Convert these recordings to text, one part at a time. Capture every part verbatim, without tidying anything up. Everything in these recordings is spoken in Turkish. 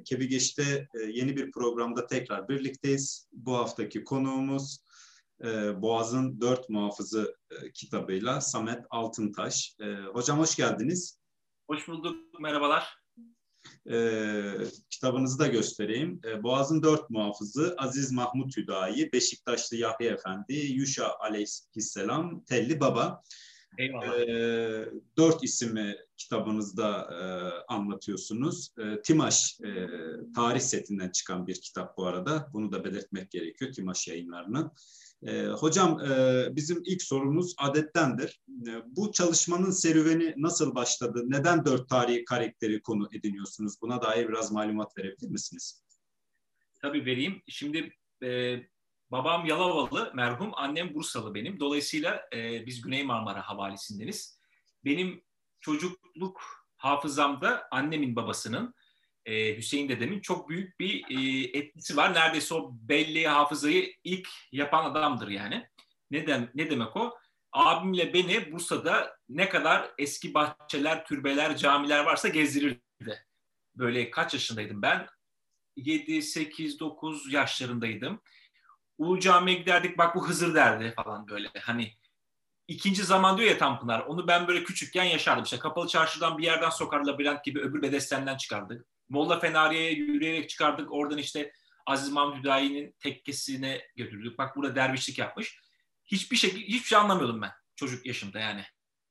Kebigeç'te e, yeni bir programda tekrar birlikteyiz. Bu haftaki konuğumuz e, Boğaz'ın Dört Muhafızı e, kitabıyla Samet Altıntaş. E, hocam hoş geldiniz. Hoş bulduk, merhabalar. E, kitabınızı da göstereyim. E, Boğaz'ın Dört Muhafızı Aziz Mahmut Hüdayi, Beşiktaşlı Yahya Efendi, Yuşa Aleyhisselam, Telli Baba. Eyvallah. E, dört isimli kitabınızda e, anlatıyorsunuz. E, Timaş e, tarih setinden çıkan bir kitap bu arada. Bunu da belirtmek gerekiyor Timaş yayınlarının. E, hocam e, bizim ilk sorumuz adettendir. E, bu çalışmanın serüveni nasıl başladı? Neden dört tarihi karakteri konu ediniyorsunuz? Buna dair biraz malumat verebilir misiniz? Tabii vereyim. Şimdi e, babam Yalovalı merhum, annem Bursalı benim. Dolayısıyla e, biz Güney Marmara Havalisi'ndeniz. Benim çocukluk hafızamda annemin babasının, e, Hüseyin dedemin çok büyük bir e, etkisi var. Neredeyse o belleği, hafızayı ilk yapan adamdır yani. Ne, dem ne demek o? Abimle beni Bursa'da ne kadar eski bahçeler, türbeler, camiler varsa gezdirirdi. Böyle kaç yaşındaydım ben? yedi, sekiz, dokuz yaşlarındaydım. Ulu Cami'ye giderdik, bak bu Hızır derdi falan böyle. Hani ikinci zaman diyor ya Tanpınar, onu ben böyle küçükken yaşardım. İşte Kapalı Çarşı'dan bir yerden sokar, labirent gibi öbür Bedesten'den çıkardık. Molla Fenari'ye yürüyerek çıkardık. Oradan işte Aziz Mahmut Hüdayi'nin tekkesine götürdük. Bak burada dervişlik yapmış. Hiçbir şey, hiçbir şey anlamıyordum ben çocuk yaşımda yani.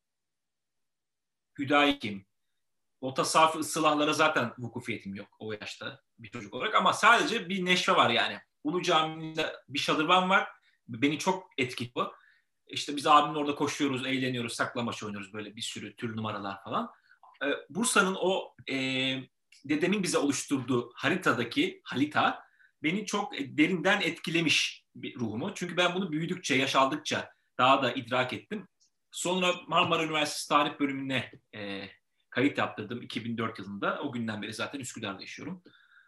Hüdayi kim? O tasavvuf ıslahlara zaten vukufiyetim yok o yaşta bir çocuk olarak, ama sadece bir neşve var yani. Ulu Cami'de bir şadırvan var. Beni çok etkili bu. İşte biz abimle orada koşuyoruz, eğleniyoruz, saklambaç oynuyoruz, böyle bir sürü tür numaralar falan. Ee, Bursa'nın o e, dedemin bize oluşturduğu haritadaki harita beni çok derinden etkilemiş bir ruhumu. Çünkü ben bunu büyüdükçe, yaş aldıkça daha da idrak ettim. Sonra Marmara Üniversitesi Tarih Bölümüne e, kayıt yaptırdım iki bin dört yılında. O günden beri zaten Üsküdar'da yaşıyorum.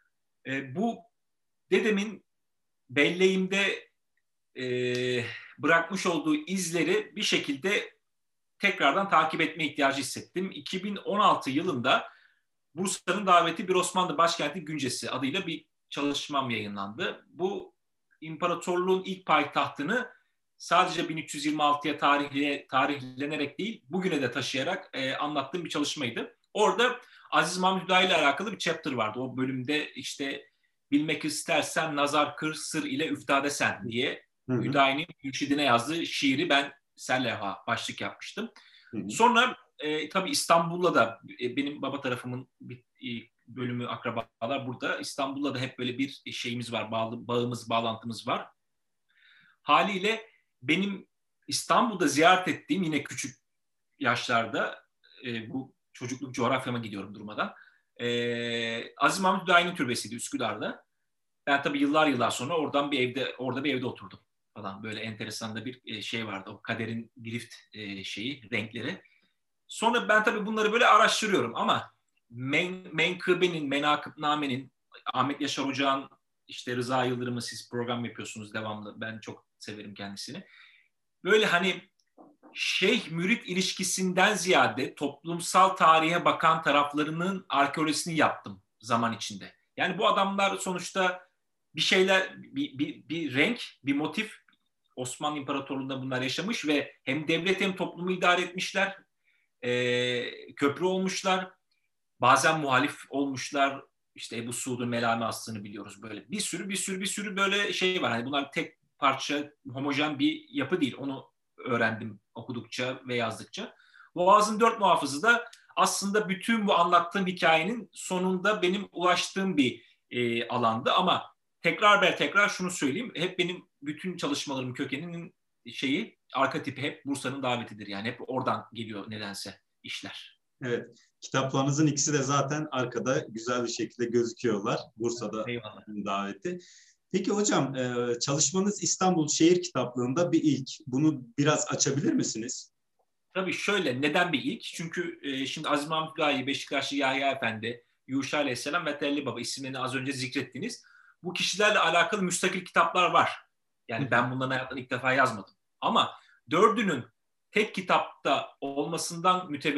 E, bu dedemin belleğimde e, bırakmış olduğu izleri bir şekilde tekrardan takip etme ihtiyacı hissettim. iki bin on altı yılında Bursa'nın daveti bir Osmanlı başkenti Güncesi adıyla bir çalışmam yayınlandı. Bu imparatorluğun ilk payitahtını sadece bin üç yüz yirmi altıya tarihle, tarihlenerek değil, bugüne de taşıyarak e, anlattığım bir çalışmaydı. Orada Aziz Mahmut Hüdayi ile alakalı bir chapter vardı. O bölümde işte bilmek istersen nazar kır sır ile üftade sen diye Hüdayi'nin mürşidine yazdığı şiiri ben Selleha başlık yapmıştım. Hı hı. Sonra e, tabii İstanbul'la da e, benim baba tarafımın bir e, bölümü akrabalar burada. İstanbul'la da hep böyle bir şeyimiz var, bağlı, bağımız, bağlantımız var. Haliyle benim İstanbul'da ziyaret ettiğim yine küçük yaşlarda e, bu çocukluk coğrafyama gidiyorum durmadan. E, Aziz Mahmut Hüdayi'nin türbesiydi Üsküdar'da. Ben tabii yıllar yıllar sonra oradan bir evde, orada bir evde oturdum falan. Böyle enteresan da bir e, şey vardı. O kaderin girift e, şeyi, renkleri. Sonra ben tabii bunları böyle araştırıyorum ama Men, Menkıbe'nin, Menakıbname'nin, Ahmet Yaşar Hoca'nın, işte Rıza Yıldırım'ı siz program yapıyorsunuz devamlı. Ben çok severim kendisini. Böyle hani şeyh-mürit ilişkisinden ziyade toplumsal tarihe bakan taraflarının arkeolojisini yaptım zaman içinde. Yani bu adamlar sonuçta bir şeyler, bir, bir, bir renk, bir motif, Osmanlı İmparatorluğu'nda bunlar yaşamış ve hem devlet hem toplumu idare etmişler, e, köprü olmuşlar, bazen muhalif olmuşlar. İşte Ebu Suud'un Melame Aslı'nı biliyoruz böyle. Bir sürü bir sürü bir sürü böyle şey var. Hani bunlar tek parça, homojen bir yapı değil. Onu öğrendim okudukça ve yazdıkça. Boğaz'ın Dört Muhafızı da aslında bütün bu anlattığım hikayenin sonunda benim ulaştığım bir e, alandı. Ama tekrar ber tekrar şunu söyleyeyim. Hep benim bütün çalışmalarım kökeninin şeyi, arka tipi hep Bursa'nın davetidir. Yani hep oradan geliyor nedense işler. Evet. Kitaplarınızın ikisi de zaten arkada güzel bir şekilde gözüküyorlar. Bursa'da Eyvallah. daveti. Peki hocam, çalışmanız İstanbul Şehir Kitaplığı'nda bir ilk. Bunu biraz açabilir misiniz? Tabii şöyle, neden bir ilk? Çünkü e, şimdi Aziz Mahmut Hüdayi, Beşiktaşlı Yahya Efendi, Yuşa Aleyhisselam ve Telli Baba isimlerini az önce zikrettiniz. Bu kişilerle alakalı müstakil kitaplar var. Yani ben bunların hayatlarını ilk defa yazmadım. Ama dördünün tek kitapta olmasından mütevellit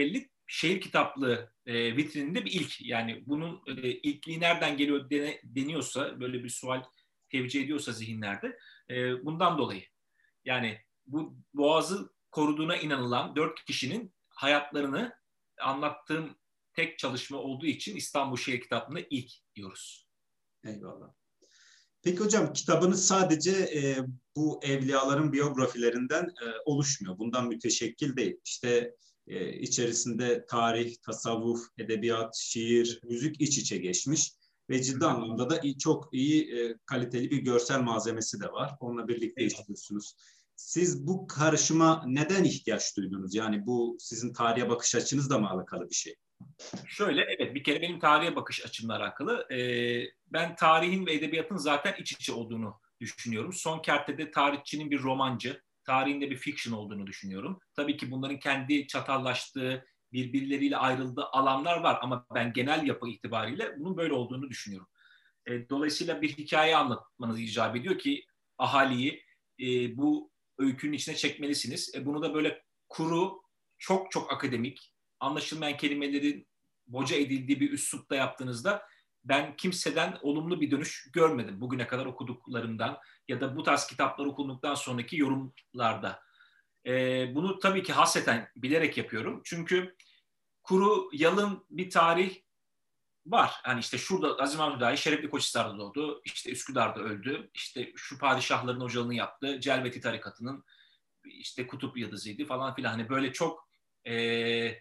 şehir kitaplığı e, vitrininde bir ilk. Yani bunun e, ilkliği nereden geliyor dene, deniyorsa, böyle bir sual tevcih ediyorsa zihinlerde e, bundan dolayı. Yani bu Boğaz'ı koruduğuna inanılan dört kişinin hayatlarını anlattığım tek çalışma olduğu için İstanbul Şehir Kitaplığı'na ilk diyoruz. Eyvallah. Peki hocam, kitabınız sadece e, bu evliyaların biyografilerinden e, oluşmuyor. Bundan müteşekkil değil. İşte e, içerisinde tarih, tasavvuf, edebiyat, şiir, müzik iç içe geçmiş ve ciddi anlamda da iyi, çok iyi e, kaliteli bir görsel malzemesi de var. Onunla birlikte işliyorsunuz. Siz bu karışıma neden ihtiyaç duydunuz? Yani bu sizin tarihe bakış açınızla mı alakalı bir şey? Şöyle, evet, bir kere benim tarihe bakış açımla alakalı. Ee, ben tarihin ve edebiyatın zaten iç içe olduğunu düşünüyorum. Son kertede tarihçinin bir romancı, tarihinde bir fiction olduğunu düşünüyorum. Tabii ki bunların kendi çatallaştığı, birbirleriyle ayrıldığı alanlar var ama ben genel yapı itibariyle bunun böyle olduğunu düşünüyorum. E, dolayısıyla bir hikaye anlatmanız icap ediyor ki ahaliyi e, bu öykünün içine çekmelisiniz. E, bunu da böyle kuru, çok çok akademik, anlaşılmayan kelimelerin boca edildiği bir üslupta yaptığınızda ben kimseden olumlu bir dönüş görmedim bugüne kadar okuduklarımdan ya da bu tarz kitaplar okunduktan sonraki yorumlarda. E, bunu tabii ki hasreten bilerek yapıyorum. Çünkü kuru, yalın bir tarih var. Hani işte şurada Aziz Mahmud Hüdayi Şerefli Koçhisar'da doğdu. İşte Üsküdar'da öldü. İşte şu padişahların hocalığını yaptı. Celveti tarikatının işte kutup yıldızıydı falan filan. Hani böyle çok e,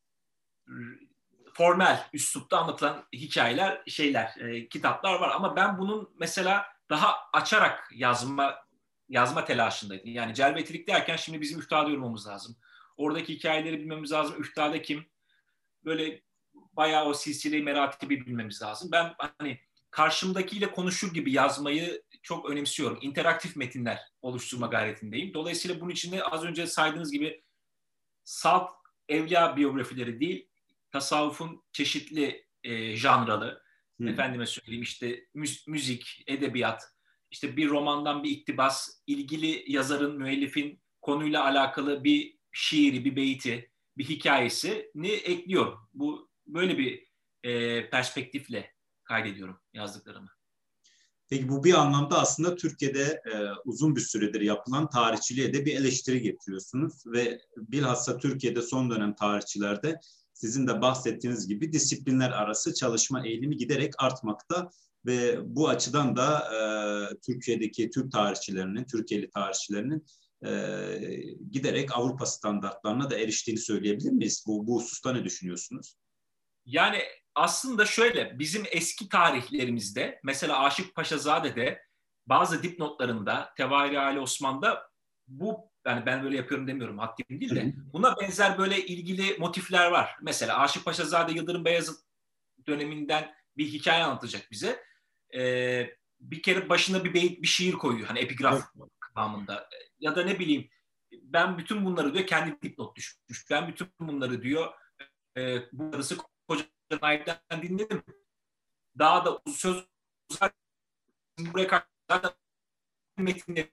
formel üslupta anlatılan hikayeler, şeyler, e, kitaplar var. Ama ben bunun mesela daha açarak yazma yazma telaşındaydım. Yani celvetilik derken şimdi bizim üftada yormamız lazım. Oradaki hikayeleri bilmemiz lazım. Üftada kim? Böyle bayağı o silsile-i meratibi bilmemiz lazım. Ben hani karşımdakiyle konuşur gibi yazmayı çok önemsiyorum. İnteraktif metinler oluşturma gayretindeyim. Dolayısıyla bunun için de az önce saydığınız gibi salt evliya biyografileri değil, tasavvufun çeşitli e, janralı, hmm. efendime söyleyeyim işte müzik, edebiyat, işte bir romandan bir iktibas, ilgili yazarın, müellifin konuyla alakalı bir şiiri, bir beyti, bir hikayesini ekliyorum. Bu böyle bir e, perspektifle kaydediyorum yazdıklarımı. Peki bu bir anlamda aslında Türkiye'de e, uzun bir süredir yapılan tarihçiliğe de bir eleştiri getiriyorsunuz ve bilhassa Türkiye'de son dönem tarihçilerde sizin de bahsettiğiniz gibi disiplinler arası çalışma eğilimi giderek artmakta ve bu açıdan da e, Türkiye'deki Türk tarihçilerinin, Türkiye'li tarihçilerinin e, giderek Avrupa standartlarına da eriştiğini söyleyebilir miyiz? Bu, bu hususta ne düşünüyorsunuz? Yani aslında şöyle, bizim eski tarihlerimizde mesela Aşık Paşazade'de bazı dipnotlarında Tevari Ali Osman'da bu, yani ben böyle yapıyorum demiyorum, haddim değil de buna benzer böyle ilgili motifler var. Mesela Aşık Paşazade Yıldırım Beyazıt döneminden bir hikaye anlatacak bize. Ee, bir kere başına bir beyit, bir şiir koyuyor hani epigraf kıvamında. Ya da ne bileyim, ben bütün bunları diyor kendi dipnot düşmüş. Ben bütün bunları diyor e, bu arası Koca Naip'ten dinledim. Daha da söz uzak buraya kadar metinleri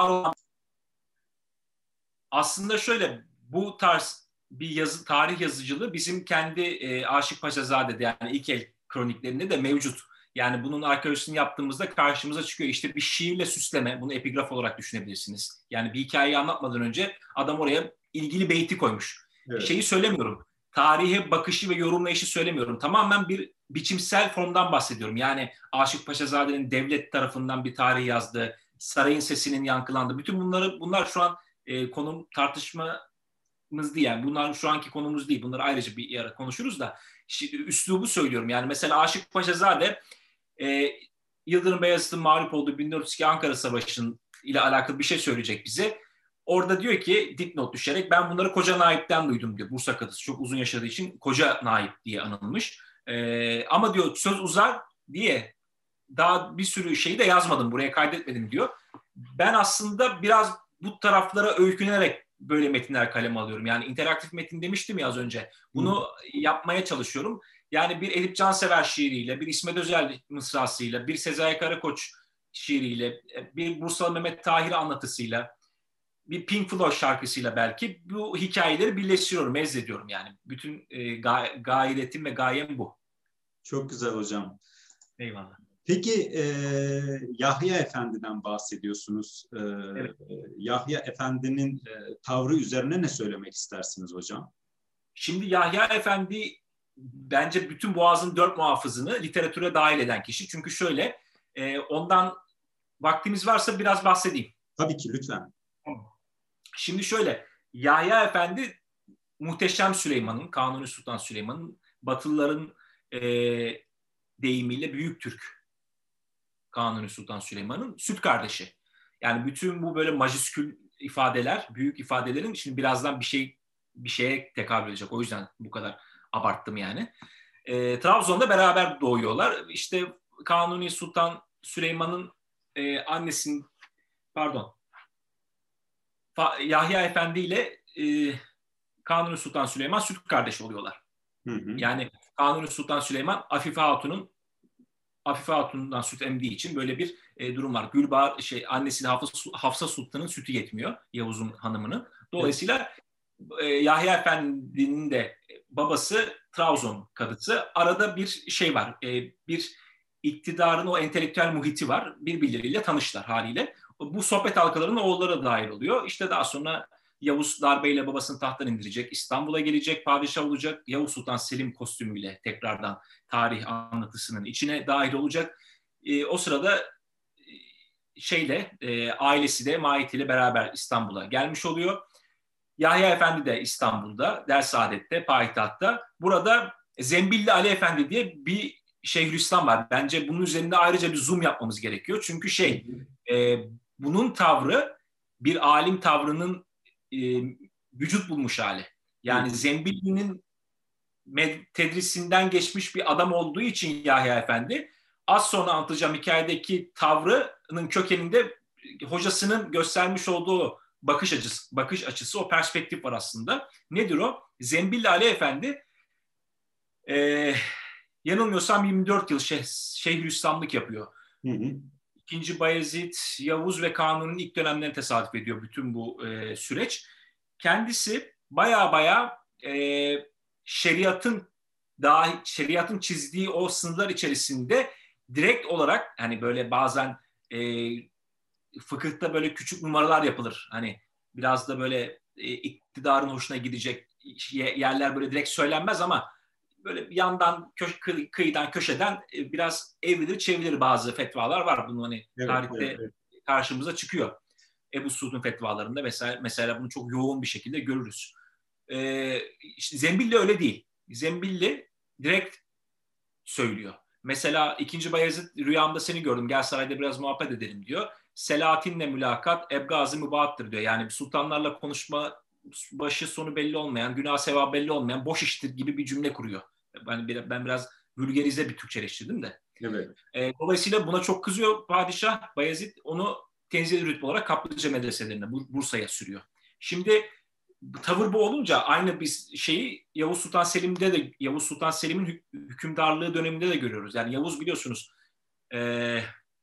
aslında şöyle, bu tarz bir yazı, tarih yazıcılığı bizim kendi e, Aşık Paşazade'de yani ilk el kroniklerinde de mevcut. Yani bunun arkeolojisini yaptığımızda karşımıza çıkıyor. İşte bir şiirle süsleme, bunu epigraf olarak düşünebilirsiniz. Yani bir hikayeyi anlatmadan önce adam oraya ilgili beyti koymuş. Evet. Şeyi söylemiyorum. Tarihe bakışı ve yorumlayışı söylemiyorum. Tamamen bir biçimsel formdan bahsediyorum. Yani Aşık Paşazade'nin devlet tarafından bir tarih yazdığı, sarayın sesinin yankılandığı, bütün bunları, bunlar şu an e, konum tartışmamız değil. Yani bunlar şu anki konumuz değil. Bunları ayrıca bir ara konuşuruz da işte, üslubu söylüyorum. Yani mesela Aşık Paşazade e, Yıldırım Beyazıt'ın mağlup olduğu bin dört yüz iki Ankara Savaşı'nın ile alakalı bir şey söyleyecek bize. Orada diyor ki dipnot düşerek ben bunları Koca Naip'ten duydum diyor. Bursa Kadısı çok uzun yaşadığı için Koca Naip diye anılmış. Ee, ama diyor söz uzar diye daha bir sürü şeyi de yazmadım, buraya kaydetmedim diyor. Ben aslında biraz bu taraflara öykünerek böyle metinler kaleme alıyorum. Yani interaktif metin demiştim ya az önce. Bunu hmm. yapmaya çalışıyorum. Yani bir Edip Cansever şiiriyle, bir İsmet Özel mısrasıyla, bir Sezai Karakoç şiiriyle, bir Bursalı Mehmet Tahir anlatısıyla, bir Pink Floyd şarkısıyla belki bu hikayeleri birleştiriyorum, mezlediyorum yani. Bütün e, ga- gayretim ve gayem bu. Çok güzel hocam. Eyvallah. Peki e, Yahya Efendi'den bahsediyorsunuz. E, Evet. Yahya Efendi'nin e, tavrı üzerine ne söylemek istersiniz hocam? Şimdi Yahya Efendi bence bütün Boğaz'ın dört muhafızını literatüre dahil eden kişi. Çünkü şöyle, e, ondan vaktimiz varsa biraz bahsedeyim. Tabii ki, lütfen. Şimdi şöyle, Yahya Efendi Muhteşem Süleyman'ın, Kanuni Sultan Süleyman'ın, Batılıların e, deyimiyle Büyük Türk Kanuni Sultan Süleyman'ın süt kardeşi. Yani bütün bu böyle majiskül ifadeler, büyük ifadelerin şimdi birazdan bir şey bir şeye tekabül edecek. O yüzden bu kadar abarttım yani. E, Trabzon'da beraber doğuyorlar. İşte Kanuni Sultan Süleyman'ın e, annesinin, pardon, Yahya Efendi ile e, Kanuni Sultan Süleyman süt kardeşi oluyorlar. Hı hı. Yani Kanuni Sultan Süleyman Afife Hatun'un Afife Hatun'dan süt emdiği için böyle bir e, durum var. Gülbahar şey annesi Hafsa, Hafsa Sultan'ın sütü yetmiyor Yavuz'un hanımının. Dolayısıyla e, Yahya Efendi'nin de babası Trabzon kadısı. Arada bir şey var. E, bir iktidarın o entelektüel muhiti var. Birbirleriyle tanışlar haliyle. Bu sohbet halkalarına oğulları dahil oluyor. İşte daha sonra Yavuz darbeyle babasını tahttan indirecek. İstanbul'a gelecek, padişah olacak. Yavuz Sultan Selim kostümüyle tekrardan tarih anlatısının içine dahil olacak. E, o sırada e, şeyle e, ailesi de Mahit ile beraber İstanbul'a gelmiş oluyor. Yahya Efendi de İstanbul'da, Dersaadet'te, payitahtta. Burada Zembilli Ali Efendi diye bir Şeyhülislam var. Bence bunun üzerinde ayrıca bir zoom yapmamız gerekiyor. Çünkü şey, e, bunun tavrı bir alim tavrının e, vücut bulmuş hali. Yani Zembilli'nin tedrisinden geçmiş bir adam olduğu için Yahya Efendi, az sonra anlatacağım hikayedeki tavrının kökeninde hocasının göstermiş olduğu bakış açısı, bakış açısı, o perspektif var aslında. Nedir o? Zembilli Ali Efendi e, yanılmıyorsam yirmi dört yıl şeh, Şeyhülislamlık yapıyor. Hı hı. İkinci Bayezid, Yavuz ve Kanuni'nin ilk dönemlerine tesadüf ediyor bütün bu e, süreç. Kendisi baya baya e, şeriatın dahi şeriatın çizdiği o sınırlar içerisinde direkt olarak, hani böyle bazen e, fıkıhta böyle küçük numaralar yapılır. Hani biraz da böyle e, iktidarın hoşuna gidecek yerler böyle direkt söylenmez ama böyle yandan kö- kıyıdan köşeden e, biraz evrilir çevrilir bazı fetvalar var. Bunu hani evet, tarihte evet, evet. karşımıza çıkıyor. Ebu Suud'un fetvalarında mesela, mesela bunu çok yoğun bir şekilde görürüz. Ee, işte Zembilli öyle değil. Zembilli direkt söylüyor. Mesela ikinci Bayezid, rüyamda seni gördüm, gel sarayda biraz muhabbet edelim diyor. Selahattin'le mülakat ebgaz-ı mübahattır diyor. Yani sultanlarla konuşma başı sonu belli olmayan, günah sevabı belli olmayan boş iştir gibi bir cümle kuruyor. Ben, ben biraz vulgarize bir Türkçeleştirdim de. Evet. E, dolayısıyla buna çok kızıyor padişah. Bayezid onu tenzil rütbe olarak Kaplıca medreselerine, Bursa'ya sürüyor. Şimdi tavır bu olunca aynı biz şeyi Yavuz Sultan Selim'de de, Yavuz Sultan Selim'in hükümdarlığı döneminde de görüyoruz. Yani Yavuz biliyorsunuz e,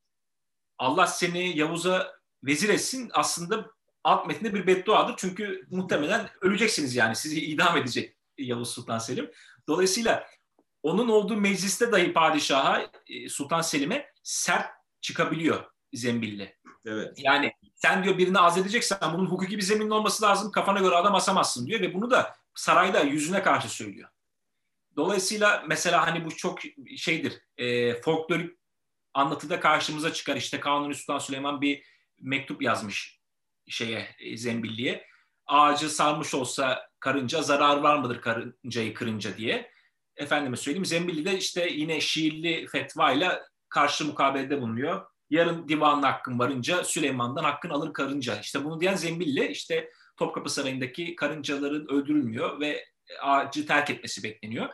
Allah seni Yavuz'a vezir etsin aslında alt metninde bir bedduadır. Çünkü muhtemelen öleceksiniz yani. Sizi idam edecek Yavuz Sultan Selim. Dolayısıyla onun olduğu mecliste dahi padişaha, Sultan Selim'e sert çıkabiliyor Zembilli. Evet. Yani sen diyor birini azledeceksen bunun hukuki bir zeminin olması lazım. Kafana göre adam asamazsın diyor ve bunu da sarayda yüzüne karşı söylüyor. Dolayısıyla mesela hani bu çok şeydir, e, folklorik anlatıda karşımıza çıkar. İşte Kanuni Sultan Süleyman bir mektup yazmış şeye, e, Zembilli'ye. Ağacı sarmış olsa karınca zarar var mıdır karıncayı kırınca diye. Efendime söyleyeyim, Zembilli de işte yine şiirli fetvayla karşı mukabelede bulunuyor. Yarın divanın hakkın varınca Süleyman'dan hakkın alır karınca. İşte bunu diyen Zembilli işte Topkapı Sarayı'ndaki karıncaların öldürülmüyor ve ağacı terk etmesi bekleniyor.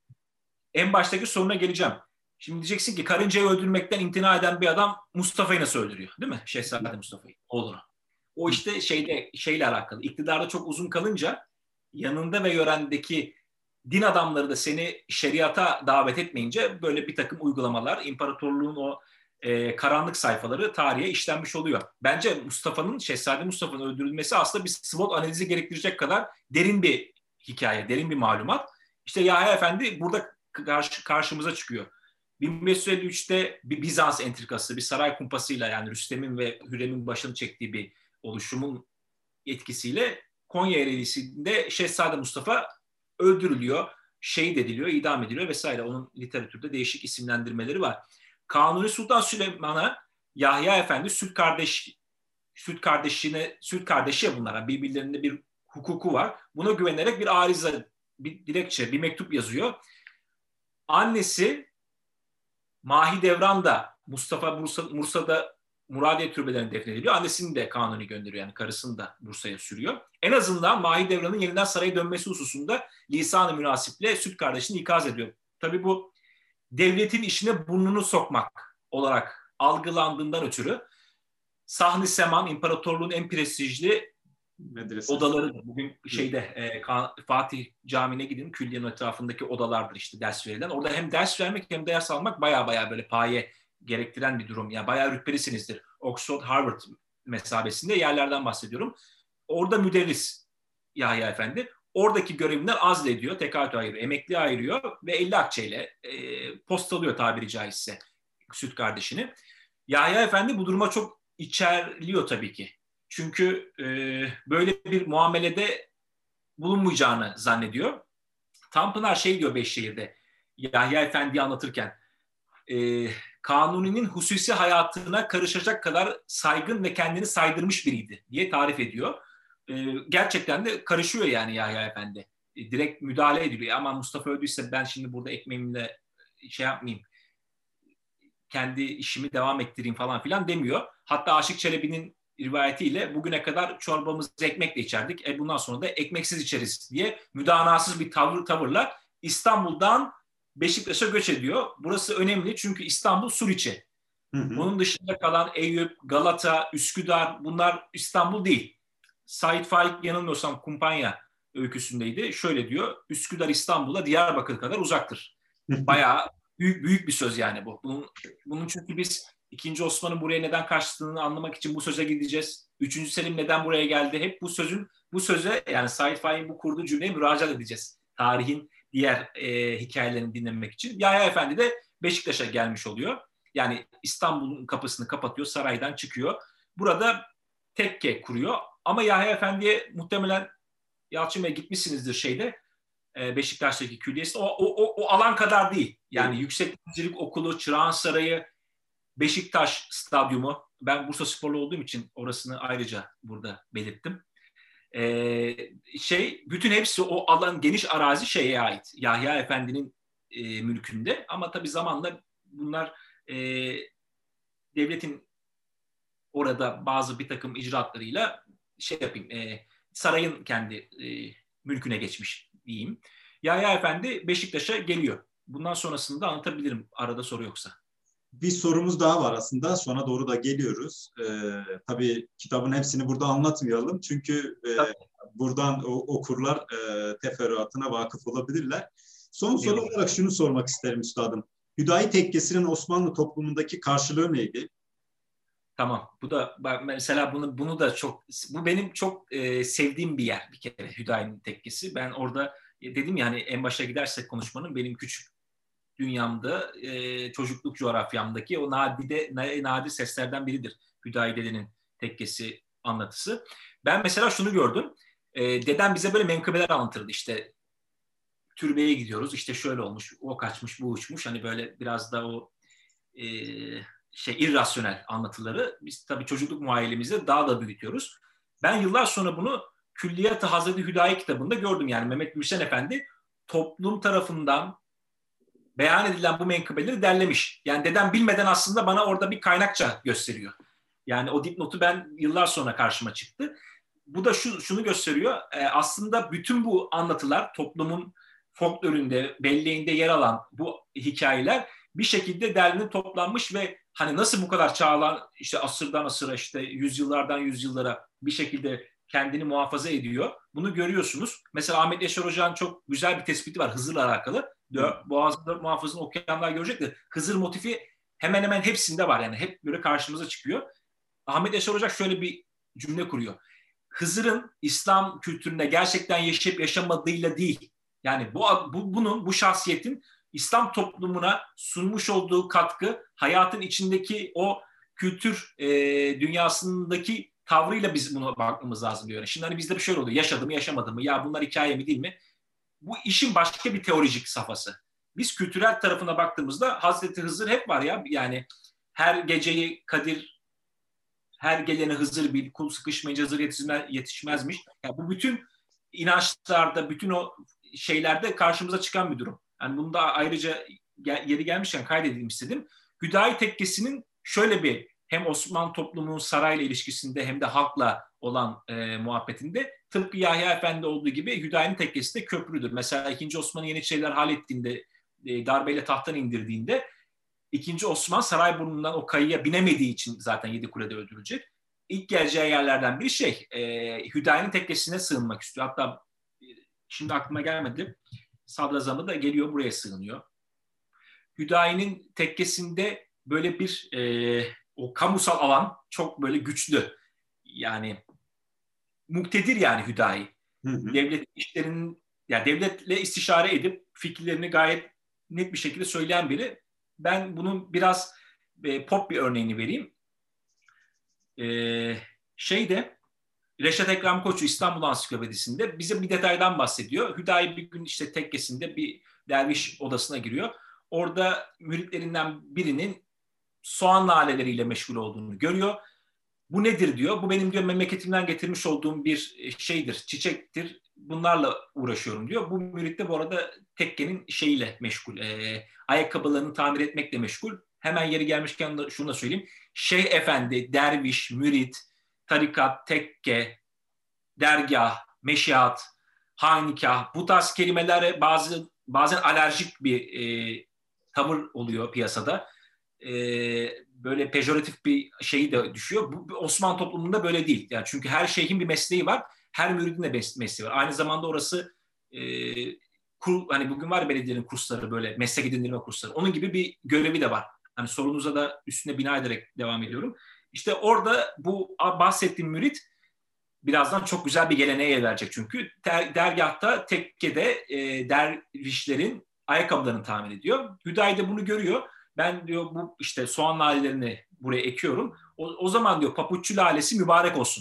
En baştaki soruna geleceğim. Şimdi diyeceksin ki karıncayı öldürmekten imtina eden bir adam Mustafa'yı nasıl öldürüyor? Değil mi? Şehzade Mustafa'yı, oğlunu. O işte şeyle, şeyle alakalı. İktidarda çok uzun kalınca yanında ve yörendeki din adamları da seni şeriata davet etmeyince böyle bir takım uygulamalar, imparatorluğun o e, karanlık sayfaları tarihe işlenmiş oluyor. Bence Mustafa'nın, Şehzade Mustafa'nın öldürülmesi aslında bir SWOT analizi gerektirecek kadar derin bir hikaye, derin bir malumat. İşte Yahya Efendi burada karşı, karşımıza çıkıyor. bin beş yüz elli üçte bir Bizans entrikası, bir saray kumpasıyla, yani Rüstem'in ve Hürrem'in başını çektiği bir oluşumun etkisiyle Konya Ereğlisi'nde Şehzade Mustafa öldürülüyor, şehit ediliyor, idam ediliyor vesaire. Onun literatürde değişik isimlendirmeleri var. Kanuni Sultan Süleyman'a Yahya Efendi süt kardeş süt kardeşine süt kardeşi ya bunlara, birbirlerinde bir hukuku var. Buna güvenerek bir ariza, bir dilekçe, bir mektup yazıyor. Annesi Mahidevran da Mustafa Bursa, Bursa'da Muradiye türbelerine defnediliyor. Annesini de Kanuni gönderiyor, yani karısını da Bursa'ya sürüyor. En azından Mahidevran'ın yeniden saraya dönmesi hususunda lisan-ı münasiple süt kardeşini ikaz ediyor. Tabii bu devletin işine burnunu sokmak olarak algılandığından ötürü Sahn-ı Seman, imparatorluğun en prestijli medrese odaları, bugün şeyde e, Fatih Camii'ne gidin, külliyenin etrafındaki odalardır işte ders verilen. Orada hem ders vermek hem ders almak baya baya böyle paye gerektiren bir durum. Yani bayağı rütbelisinizdir. Oxford, Harvard mesabesinde yerlerden bahsediyorum. Orada müderris Yahya Efendi. Oradaki görevinden azlediyor, tekatü ayırıyor, emekli ayırıyor ve elli akçeyle e, postalıyor tabiri caizse süt kardeşini. Yahya Efendi bu duruma çok içerliyor tabii ki. Çünkü e, böyle bir muamelede bulunmayacağını zannediyor. Tanpınar şey diyor Beşşehir'de Yahya Efendi'yi anlatırken, e, Kanuni'nin hususi hayatına karışacak kadar saygın ve kendini saydırmış biriydi diye tarif ediyor. E, gerçekten de karışıyor yani Yahya Efendi. E, direkt müdahale ediliyor. Ama Mustafa öldüyse ben şimdi burada ekmeğimle şey yapmayayım, kendi işimi devam ettireyim falan filan demiyor. Hatta Aşık Çelebi'nin rivayetiyle bugüne kadar çorbamızı ekmekle içerdik, e bundan sonra da ekmeksiz içeriz diye müdanasız bir tavır tavırla İstanbul'dan Beşiktaş'a göç ediyor. Burası önemli çünkü İstanbul Suriçi. Hı hı. Bunun dışında kalan Eyüp, Galata, Üsküdar, bunlar İstanbul değil. Said Faik yanılmıyorsam Kumpanya öyküsündeydi. Şöyle diyor, Üsküdar İstanbul'a Diyarbakır kadar uzaktır. Bayağı büyük büyük bir söz yani bu. Bunun, bunun çünkü biz İkinci Osman'ın buraya neden kaçtığını anlamak için bu söze gideceğiz. Üçüncü Selim neden buraya geldi? Hep bu sözün, bu söze, yani Said Faik'in bu kurduğu cümleye müracaat edeceğiz. Tarihin diğer e, hikayelerini dinlemek için. Yahya Efendi de Beşiktaş'a gelmiş oluyor. Yani İstanbul'un kapısını kapatıyor, saraydan çıkıyor. Burada tekke kuruyor. Ama Yahya Efendi'ye muhtemelen Yalçın Bey gitmişsinizdir şeyde, e, Beşiktaş'taki külliyesi. O, o, o, o alan kadar değil. Yani evet. Yüksek Denizcilik Okulu, Çırağan Sarayı, Beşiktaş Stadyumu. Ben Bursa sporlu olduğum için orasını ayrıca burada belirttim. Ee, şey, bütün hepsi, o alan, geniş arazi şeye ait. Yahya Efendi'nin e, mülkünde. Ama tabii zamanla bunlar e, devletin orada bazı bir takım icraatlarıyla şey yapayım, e, sarayın kendi e, mülküne geçmiş diyeyim. Yahya Efendi Beşiktaş'a geliyor. Bundan sonrasını da anlatabilirim arada soru yoksa. Bir sorumuz daha var aslında. Sona doğru da geliyoruz. Ee, tabii kitabın hepsini burada anlatmayalım. Çünkü e, buradan o, okurlar e, teferruatına vakıf olabilirler. Son soru evet. olarak şunu sormak isterim üstadım. Hüdayi tekkesinin Osmanlı toplumundaki karşılığı neydi? Tamam. Bu da mesela bunu bunu da çok, bu benim çok e, sevdiğim bir yer bir kere, Hüdayi'nin tekkesi. Ben orada dedim ya, hani en başa gidersek konuşmanın, benim küçük dünyamda, e, çocukluk coğrafyamdaki o nadide, nadir seslerden biridir Hüdayi Dede'nin tekkesi anlatısı. Ben mesela şunu gördüm. E, dedem bize böyle menkıbeler anlatırdı. İşte türbeye gidiyoruz. İşte şöyle olmuş, o kaçmış, bu uçmuş. Hani böyle biraz da o e, şey irrasyonel anlatıları biz tabii çocukluk muayelemizde daha da büyütüyoruz. Ben yıllar sonra bunu Külliyat-ı Hazreti Hüdayi kitabında gördüm. Yani Mehmet Gülşen Efendi toplum tarafından beyan edilen bu menkıbeleri derlemiş. Yani dedem bilmeden aslında bana orada bir kaynakça gösteriyor. Yani o dipnotu ben yıllar sonra karşıma çıktı. Bu da şu, şunu gösteriyor. E, aslında bütün bu anlatılar, toplumun folkloründe, belleğinde yer alan bu hikayeler bir şekilde derlenip toplanmış ve hani nasıl bu kadar çağlar, işte asırdan asıra, işte yüzyıllardan yüzyıllara bir şekilde kendini muhafaza ediyor. Bunu görüyorsunuz. Mesela Ahmet Yaşar Hoca'nın çok güzel bir tespiti var Hızır'la alakalı. Boğaz'da muhafızını okuyanlar görecektir. Hızır motifi hemen hemen hepsinde var yani. Hep böyle karşımıza çıkıyor. Ahmet Yaşar Ocak şöyle bir cümle kuruyor. Hızır'ın İslam kültüründe gerçekten yaşayıp yaşamadığıyla değil. Yani bu, bu bunun, bu şahsiyetin İslam toplumuna sunmuş olduğu katkı, hayatın içindeki o kültür e, dünyasındaki tavrıyla biz buna bakmamız lazım diyor. Şimdi hani bizde bir şöyle oluyor. Yaşadı mı, yaşamadı mı? Ya bunlar hikaye mi, değil mi? Bu işin başka bir teolojik safhası. Biz kültürel tarafına baktığımızda Hazreti Hızır hep var ya. Yani her geceyi Kadir, her gelene Hızır bil, kul sıkışmayınca Hızır yetişmez, yetişmezmiş. Yani bu bütün inançlarda, bütün o şeylerde karşımıza çıkan bir durum. Yani bunu da ayrıca yeri gelmişken kaydedeyim istedim. Hüdayi Tekkesi'nin şöyle bir, hem Osmanlı toplumunun sarayla ilişkisinde hem de halkla olan e, muhabbetinde, tıpkı Yahya Efendi olduğu gibi Hüdayi'nin tekkesi de köprüdür. Mesela ikinci. Osman'ın Yeniçeriler hallettiğinde, e, darbeyle tahttan indirdiğinde ikinci. Osman Sarayburnu'ndan o kayıya binemediği için zaten Yedikule'de öldürülecek. İlk geleceği yerlerden biri şey, e, Hüdayi'nin tekkesine sığınmak istiyor. Hatta e, şimdi aklıma gelmedi. Sadrazamı da geliyor, buraya sığınıyor. Hüdayi'nin tekkesinde böyle bir e, o kamusal alan çok böyle güçlü. Yani muktedir yani Hüdayi. Hı hı. Devlet işlerinin, yani devletle istişare edip fikirlerini gayet net bir şekilde söyleyen biri. Ben bunun biraz e, pop bir örneğini vereyim. E, şeyde Reşat Ekrem Koçu İstanbul Ansiklopedisi'nde bize bir detaydan bahsediyor. Hüdayi bir gün işte tekkesinde bir derviş odasına giriyor. Orada müritlerinden birinin soğan laleleriyle meşgul olduğunu görüyor. Bu nedir diyor. Bu benim diyor memleketimden getirmiş olduğum bir şeydir, çiçektir. Bunlarla uğraşıyorum diyor. Bu mürit de bu arada tekkenin şeyiyle meşgul. E, ayakkabılarını tamir etmekle meşgul. Hemen yeri gelmişken de şunu da söyleyeyim. Şeyh Efendi, derviş, mürit, tarikat, tekke, dergah, meşiat, hanikah, bu tarz kelimelere bazı bazen alerjik bir e, tavır oluyor piyasada. E, böyle pejoratif bir şeyi de düşüyor. Bu Osmanlı toplumunda böyle değil. Yani çünkü her şeyhin bir mesleği var. Her müridin de mesleği var. Aynı zamanda orası e, kur, hani bugün var belediyelerin kursları, böyle meslek edindirme kursları. Onun gibi bir görevi de var. Hani sorunuza da üstüne bina ederek devam ediyorum. İşte orada bu bahsettiğim mürid birazdan çok güzel bir geleneğe yer verecek çünkü. Der, dergahta, tekkede e, dervişlerin ayakkabılarını tamir ediyor. Hüdayi de bunu görüyor. Ben diyor bu işte soğan lalelerini buraya ekiyorum. O, o zaman diyor papuççu lalesi mübarek olsun.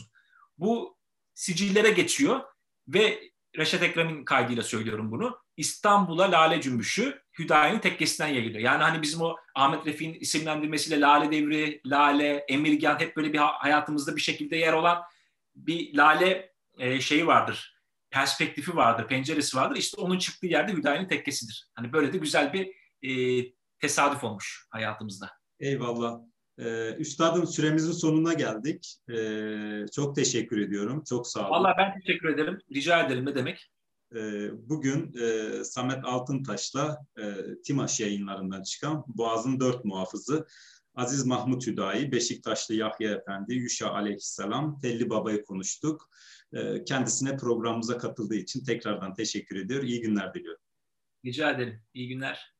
Bu sicillere geçiyor ve Reşat Ekrem'in kaydıyla söylüyorum bunu. İstanbul'a lale cümbüşü Hüdayi'nin tekkesinden yayılıyor. Yani hani bizim o Ahmet Refik'in isimlendirmesiyle Lale Devri, Lale, Emirgan hep böyle bir hayatımızda bir şekilde yer olan bir lale e, şeyi vardır. Perspektifi vardır, penceresi vardır. İşte onun çıktığı yerde Hüdayi'nin tekkesidir. Hani böyle de güzel bir e, tesadüf olmuş hayatımızda. Eyvallah. Ee, Üstadım, süremizin sonuna geldik. Ee, çok teşekkür ediyorum. Çok sağ olun. Vallahi ben teşekkür ederim. Rica ederim, ne demek. Ee, bugün e, Samet Altıntaş'la e, Timaş yayınlarından çıkan Boğaz'ın Dört Muhafızı Aziz Mahmut Hüdayi, Beşiktaşlı Yahya Efendi, Yuşa Aleyhisselam, Telli Baba'yı konuştuk. Ee, kendisine programımıza katıldığı için tekrardan teşekkür ediyor. İyi günler diliyorum. Rica ederim. İyi günler.